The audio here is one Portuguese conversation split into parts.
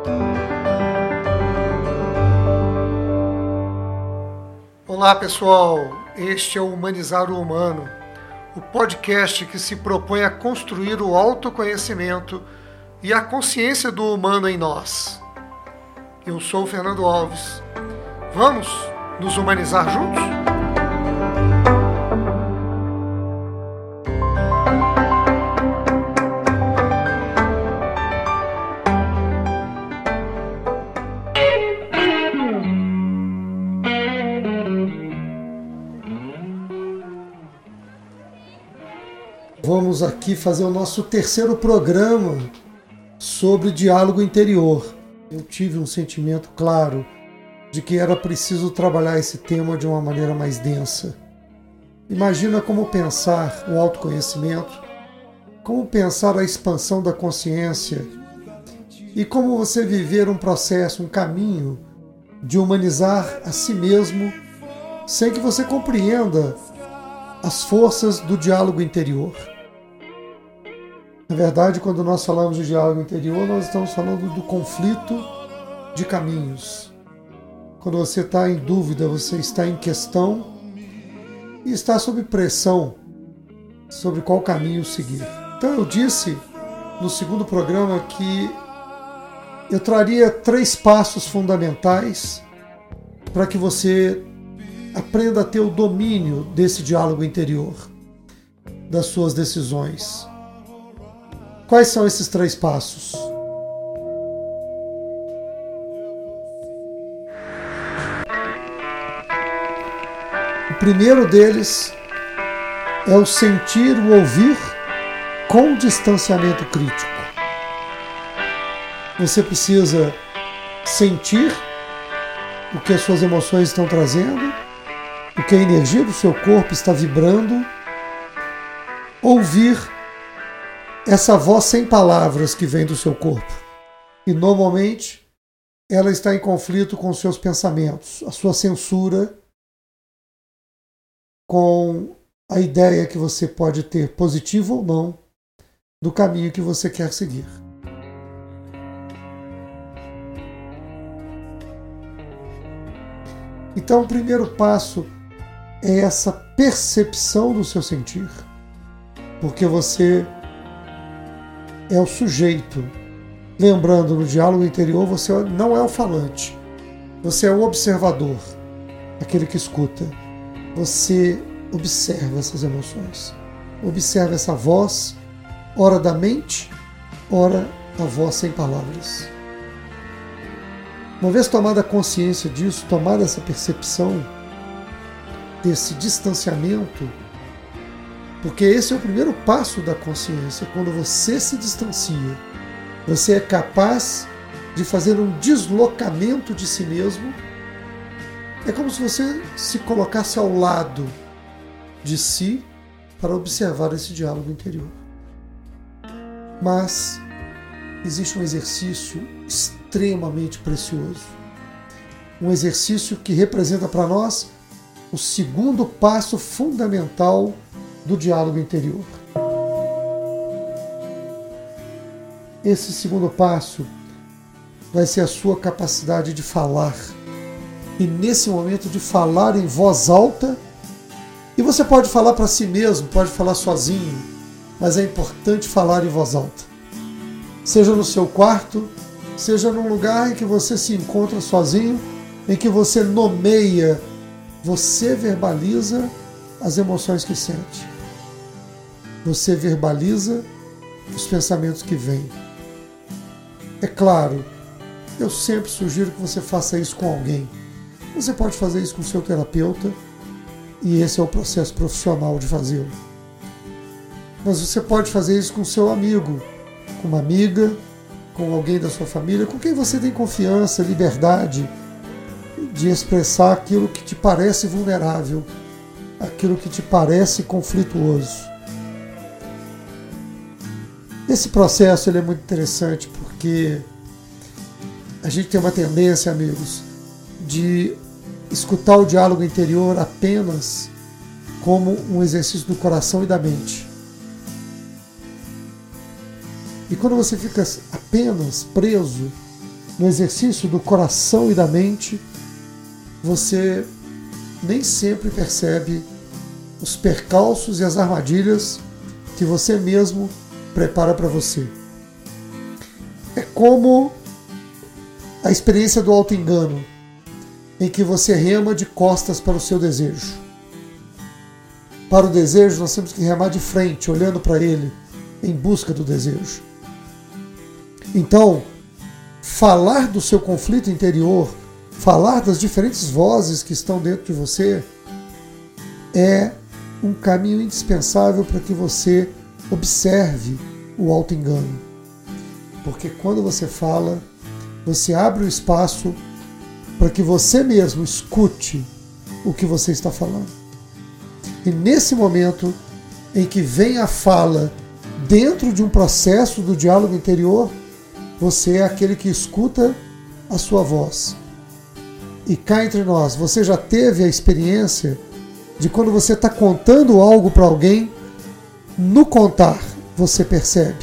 Olá pessoal, este é o Humanizar o Humano, o podcast que se propõe a construir o autoconhecimento e a consciência do humano em nós. Eu sou o Fernando Alves. Vamos nos humanizar juntos? Vamos aqui fazer o nosso terceiro programa sobre diálogo interior. Eu tive um sentimento claro de que era preciso trabalhar esse tema de uma maneira mais densa. Imagina como pensar o autoconhecimento, como pensar a expansão da consciência e como você viver um processo, um caminho de humanizar a si mesmo sem que você compreenda as forças do diálogo interior. Na verdade, quando nós falamos de diálogo interior, nós estamos falando do conflito de caminhos. Quando você está em dúvida, você está em questão e está sob pressão sobre qual caminho seguir. Então eu disse no segundo programa que eu traria 3 passos fundamentais para que você aprenda a ter o domínio desse diálogo interior, das suas decisões. Quais são esses 3 passos? O primeiro deles é o sentir, o ouvir com distanciamento crítico. Você precisa sentir o que as suas emoções estão trazendo, o que a energia do seu corpo está vibrando, ouvir essa voz sem palavras que vem do seu corpo. E normalmente ela está em conflito com os seus pensamentos, a sua censura, com a ideia que você pode ter, positiva ou não, do caminho que você quer seguir. Então o primeiro passo é essa percepção do seu sentir, porque você é o sujeito. Lembrando, no diálogo interior você não é o falante, você é o observador, aquele que escuta. Você observa essas emoções, observa essa voz, ora da mente, ora a voz sem palavras. Uma vez tomada a consciência disso, tomada essa percepção, desse distanciamento, porque esse é o primeiro passo da consciência. Quando você se distancia, você é capaz de fazer um deslocamento de si mesmo. É como se você se colocasse ao lado de si para observar esse diálogo interior. Mas existe um exercício extremamente precioso. Um exercício que representa para nós o segundo passo fundamental do diálogo interior. Esse segundo passo vai ser a sua capacidade de falar. E nesse momento de falar em voz alta, e você pode falar para si mesmo, pode falar sozinho, mas é importante falar em voz alta. Seja no seu quarto, seja num lugar em que você se encontra sozinho, em que você nomeia, você verbaliza as emoções que sente. Você verbaliza os pensamentos que vêm. É claro, eu sempre sugiro que você faça isso com alguém. Você pode fazer isso com o seu terapeuta, e esse é o processo profissional de fazê-lo. Mas você pode fazer isso com o seu amigo, com uma amiga, com alguém da sua família, com quem você tem confiança, liberdade de expressar aquilo que te parece vulnerável, aquilo que te parece conflituoso. Esse processo ele é muito interessante porque a gente tem uma tendência, amigos, de escutar o diálogo interior apenas como um exercício do coração e da mente. E quando você fica apenas preso no exercício do coração e da mente, você nem sempre percebe os percalços e as armadilhas que você mesmo prepara para você. É como a experiência do auto-engano, em que você rema de costas para o seu desejo. Para o desejo, nós temos que remar de frente, olhando para ele, em busca do desejo. Então, falar do seu conflito interior, falar das diferentes vozes que estão dentro de você, é um caminho indispensável para que você observe o auto-engano. Porque quando você fala, você abre o espaço para que você mesmo escute o que você está falando. E nesse momento em que vem a fala dentro de um processo do diálogo interior, você é aquele que escuta a sua voz. E cá entre nós, você já teve a experiência de quando você está contando algo para alguém, no contar você percebe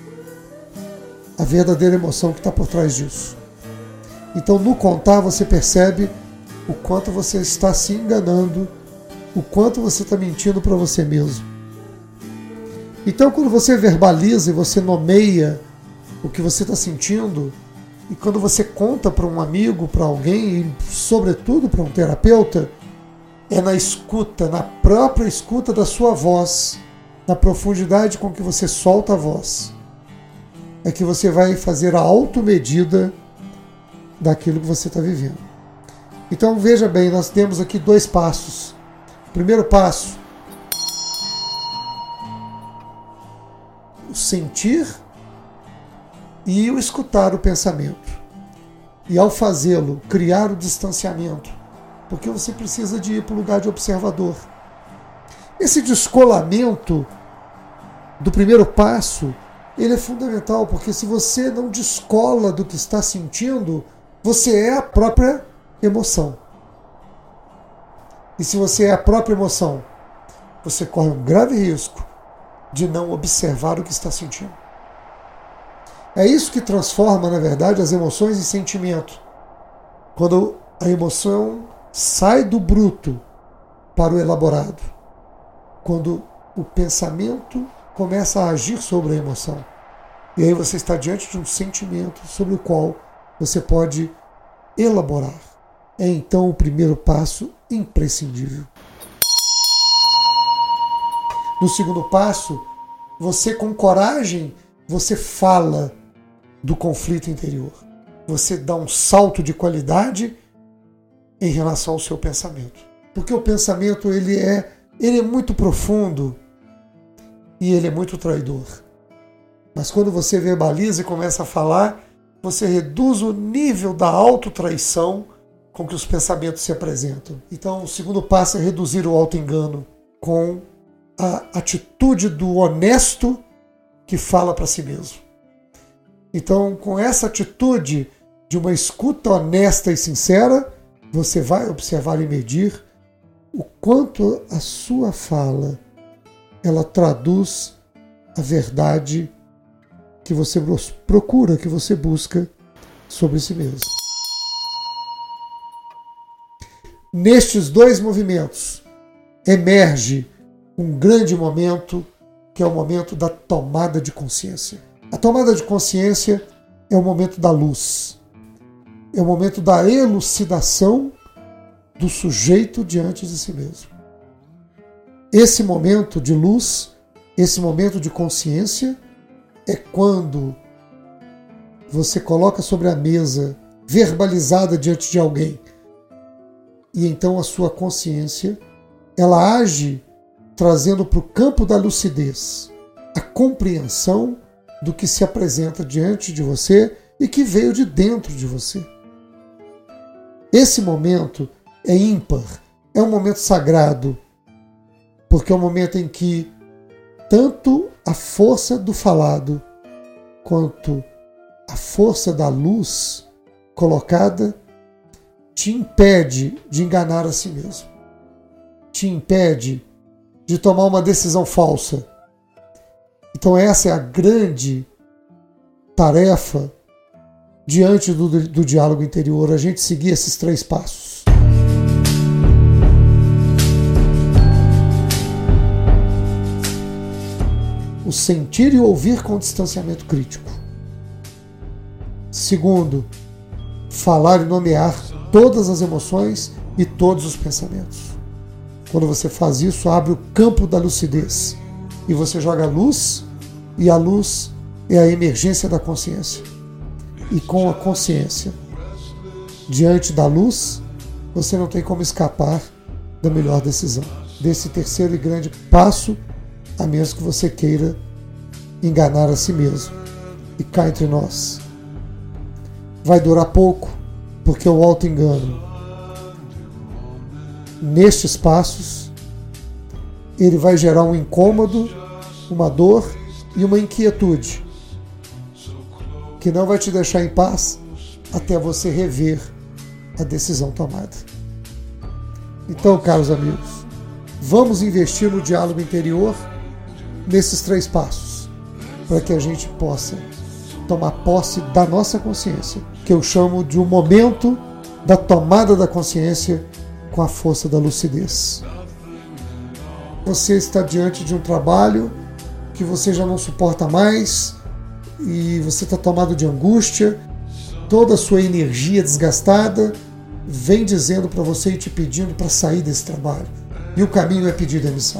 a verdadeira emoção que está por trás disso. Então, no contar, você percebe o quanto você está se enganando, o quanto você está mentindo para você mesmo. Então, quando você verbaliza e você nomeia o que você está sentindo, e quando você conta para um amigo, para alguém, e sobretudo para um terapeuta, é na escuta, na própria escuta da sua voz, na profundidade com que você solta a voz, é que você vai fazer a automedida daquilo que você está vivendo. Então veja bem, nós temos aqui 2 passos. Primeiro passo, o sentir e o escutar o pensamento. E ao fazê-lo, criar o distanciamento, porque você precisa de ir para o lugar de observador. Esse descolamento do primeiro passo, ele é fundamental, porque se você não descola do que está sentindo, você é a própria emoção. E se você é a própria emoção, você corre um grave risco de não observar o que está sentindo. É isso que transforma, na verdade, as emoções em sentimento. Quando a emoção sai do bruto para o elaborado. Quando o pensamento começa a agir sobre a emoção. E aí você está diante de um sentimento sobre o qual você pode elaborar. É então o primeiro passo imprescindível. No segundo passo, você com coragem, você fala do conflito interior. Você dá um salto de qualidade em relação ao seu pensamento. Porque o pensamento ele é muito profundo e ele é muito traidor. Mas quando você verbaliza e começa a falar, você reduz o nível da autotraição com que os pensamentos se apresentam. Então, o segundo passo é reduzir o auto-engano com a atitude do honesto que fala para si mesmo. Então, com essa atitude de uma escuta honesta e sincera, você vai observar e medir o quanto a sua fala ela traduz a verdade que você procura, que você busca sobre si mesmo. Nestes 2 movimentos emerge um grande momento, que é o momento da tomada de consciência. A tomada de consciência é o momento da luz. É o momento da elucidação do sujeito diante de si mesmo. Esse momento de luz, esse momento de consciência, é quando você coloca sobre a mesa, verbalizada diante de alguém, e então a sua consciência, ela age trazendo para o campo da lucidez a compreensão do que se apresenta diante de você e que veio de dentro de você. Esse momento é ímpar, é um momento sagrado, porque é um momento em que tanto a força do falado quanto a força da luz colocada te impede de enganar a si mesmo, te impede de tomar uma decisão falsa. Então essa é a grande tarefa diante do diálogo interior, a gente seguir esses 3 passos. O sentir e ouvir com distanciamento crítico. Segundo, falar e nomear todas as emoções e todos os pensamentos. Quando você faz isso, abre o campo da lucidez e você joga a luz, e a luz é a emergência da consciência. E com a consciência diante da luz, você não tem como escapar da melhor decisão. Desse terceiro e grande passo, a menos que você queira enganar a si mesmo. E cá entre nós, vai durar pouco, porque o auto-engano, nestes passos, ele vai gerar um incômodo, uma dor e uma inquietude, que não vai te deixar em paz até você rever a decisão tomada. Então, caros amigos, vamos investir no diálogo interior nesses 3 passos, para que a gente possa tomar posse da nossa consciência, que eu chamo de um momento da tomada da consciência com a força da lucidez. Você está diante de um trabalho que você já não suporta mais e você está tomado de angústia, toda a sua energia desgastada vem dizendo para você e te pedindo para sair desse trabalho. E o caminho é pedir demissão.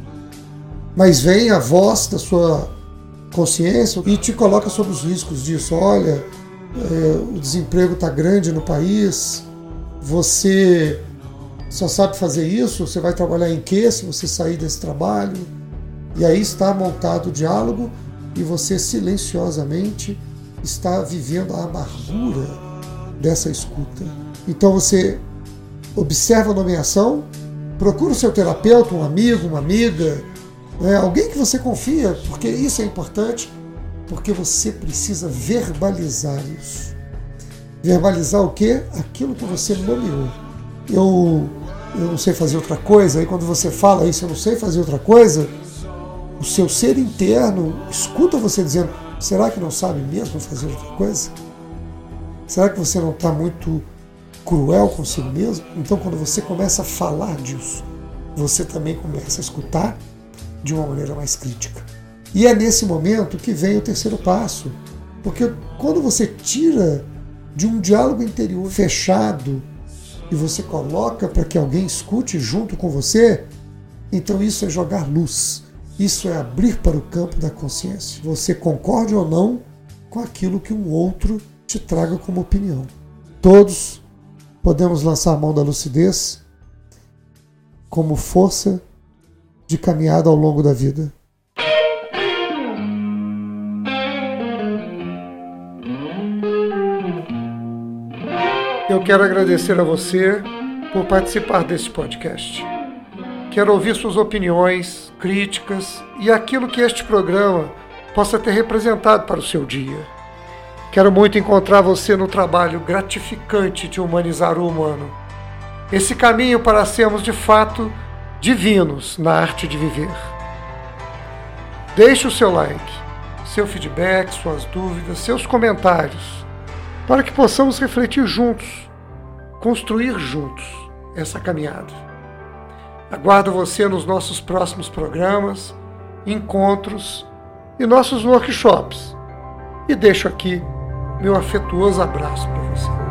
Mas vem a voz da sua consciência e te coloca sobre os riscos disso. Olha, o desemprego está grande no país, você só sabe fazer isso, você vai trabalhar em quê se você sair desse trabalho? E aí está montado o diálogo e você silenciosamente está vivendo a amargura dessa escuta. Então você observa a nomeação, procura o seu terapeuta, um amigo, uma amiga, alguém que você confia, porque isso é importante, porque você precisa verbalizar isso. Verbalizar o quê? Aquilo que você nomeou. Eu não sei fazer outra coisa, aí quando você fala isso, eu não sei fazer outra coisa, o seu ser interno escuta você dizendo, será que não sabe mesmo fazer outra coisa? Será que você não está muito cruel consigo mesmo? Então quando você começa a falar disso, você também começa a escutar de uma maneira mais crítica. E é nesse momento que vem o terceiro passo, porque quando você tira de um diálogo interior fechado e você coloca para que alguém escute junto com você, então isso é jogar luz, isso é abrir para o campo da consciência. Você concorde ou não com aquilo que um outro te traga como opinião. Todos podemos lançar a mão da lucidez como força de caminhada ao longo da vida. Eu quero agradecer a você por participar desse podcast. Quero ouvir suas opiniões, críticas e aquilo que este programa possa ter representado para o seu dia. Quero muito encontrar você no trabalho gratificante de humanizar o humano. Esse caminho para sermos de fato divinos na arte de viver. Deixe o seu like, seu feedback, suas dúvidas, seus comentários, para que possamos refletir juntos, construir juntos essa caminhada. Aguardo você nos nossos próximos programas, encontros e nossos workshops. E deixo aqui meu afetuoso abraço para você.